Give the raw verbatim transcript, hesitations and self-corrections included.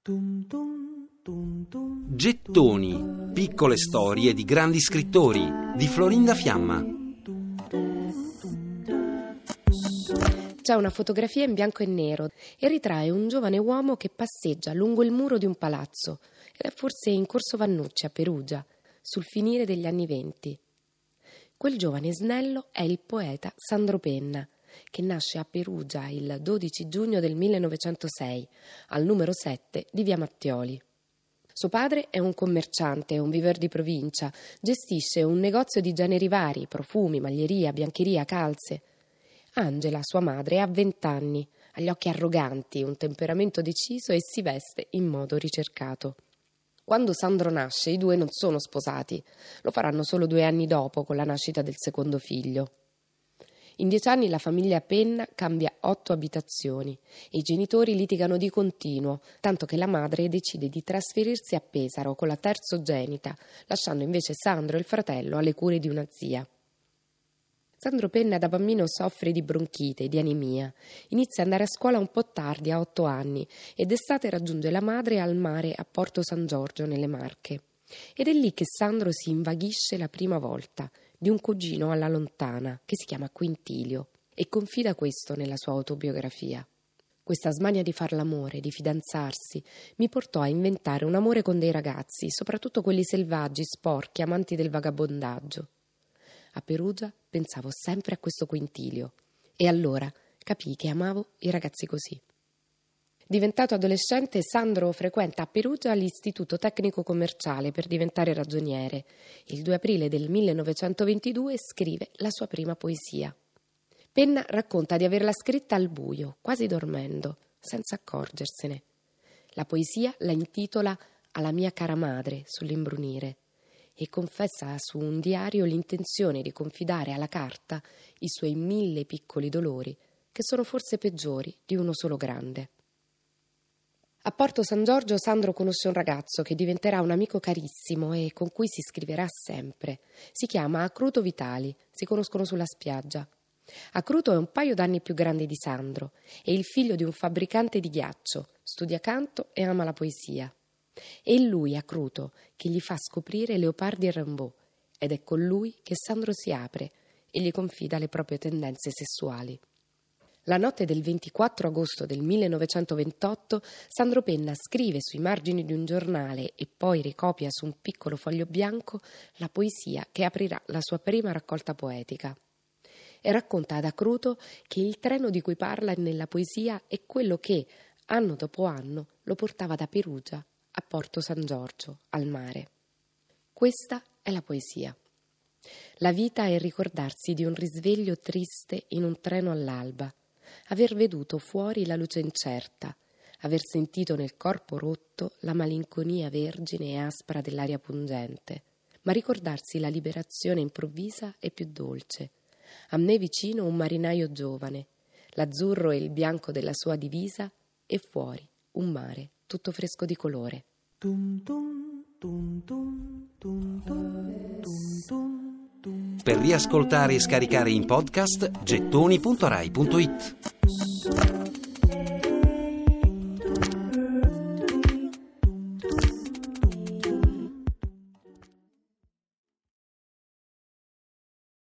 Gettoni, piccole storie di grandi scrittori di Florinda Fiamma. C'è una fotografia in bianco e nero e ritrae un giovane uomo che passeggia lungo il muro di un palazzo, ed è forse in Corso Vannucci a Perugia, sul finire degli anni venti. Quel giovane snello è il poeta Sandro Penna, che nasce a Perugia il dodici giugno del millenovecentosei, al numero sette di via Mattioli. Suo padre è un commerciante, un viveur di provincia, gestisce un negozio di generi vari, profumi, maglieria, biancheria, calze. Angela, sua madre, ha vent'anni, ha gli occhi arroganti, un temperamento deciso e si veste in modo ricercato. Quando Sandro nasce, i due non sono sposati, lo faranno solo due anni dopo, con la nascita del secondo figlio. In dieci anni la famiglia Penna cambia otto abitazioni e i genitori litigano di continuo, tanto che la madre decide di trasferirsi a Pesaro con la terzogenita, lasciando invece Sandro e il fratello alle cure di una zia. Sandro Penna da bambino soffre di bronchite e di anemia. Inizia ad andare a scuola un po' tardi, a otto anni, e d'estate raggiunge la madre al mare a Porto San Giorgio, nelle Marche. Ed è lì che Sandro si invaghisce la prima volta, di un cugino alla lontana, che si chiama Quintilio, e confida questo nella sua autobiografia. Questa smania di far l'amore, di fidanzarsi, mi portò a inventare un amore con dei ragazzi, soprattutto quelli selvaggi, sporchi, amanti del vagabondaggio. A Perugia pensavo sempre a questo Quintilio, e allora capii che amavo i ragazzi così. Diventato adolescente, Sandro frequenta a Perugia l'istituto tecnico commerciale per diventare ragioniere. Il due aprile del millenovecentoventidue scrive la sua prima poesia. Penna racconta di averla scritta al buio, quasi dormendo, senza accorgersene. La poesia la intitola Alla mia cara madre, sull'imbrunire, e confessa su un diario l'intenzione di confidare alla carta i suoi mille piccoli dolori, che sono forse peggiori di uno solo grande. A Porto San Giorgio Sandro conosce un ragazzo che diventerà un amico carissimo e con cui si scriverà sempre. Si chiama Acruto Vitali, si conoscono sulla spiaggia. Acruto è un paio d'anni più grande di Sandro, è il figlio di un fabbricante di ghiaccio, studia canto e ama la poesia. È lui, Acruto, che gli fa scoprire Leopardi e Rimbaud, ed è con lui che Sandro si apre e gli confida le proprie tendenze sessuali. La notte del ventiquattro agosto del millenovecentoventotto Sandro Penna scrive sui margini di un giornale e poi ricopia su un piccolo foglio bianco la poesia che aprirà la sua prima raccolta poetica. E racconta ad Acruto che il treno di cui parla nella poesia è quello che, anno dopo anno, lo portava da Perugia a Porto San Giorgio, al mare. Questa è la poesia. La vita è ricordarsi di un risveglio triste in un treno all'alba, aver veduto fuori la luce incerta, aver sentito nel corpo rotto la malinconia vergine e aspra dell'aria pungente, ma ricordarsi la liberazione improvvisa e più dolce. A me vicino un marinaio giovane, l'azzurro e il bianco della sua divisa, e fuori un mare tutto fresco di colore. Per riascoltare e scaricare in podcast gettoni punto rai punto it.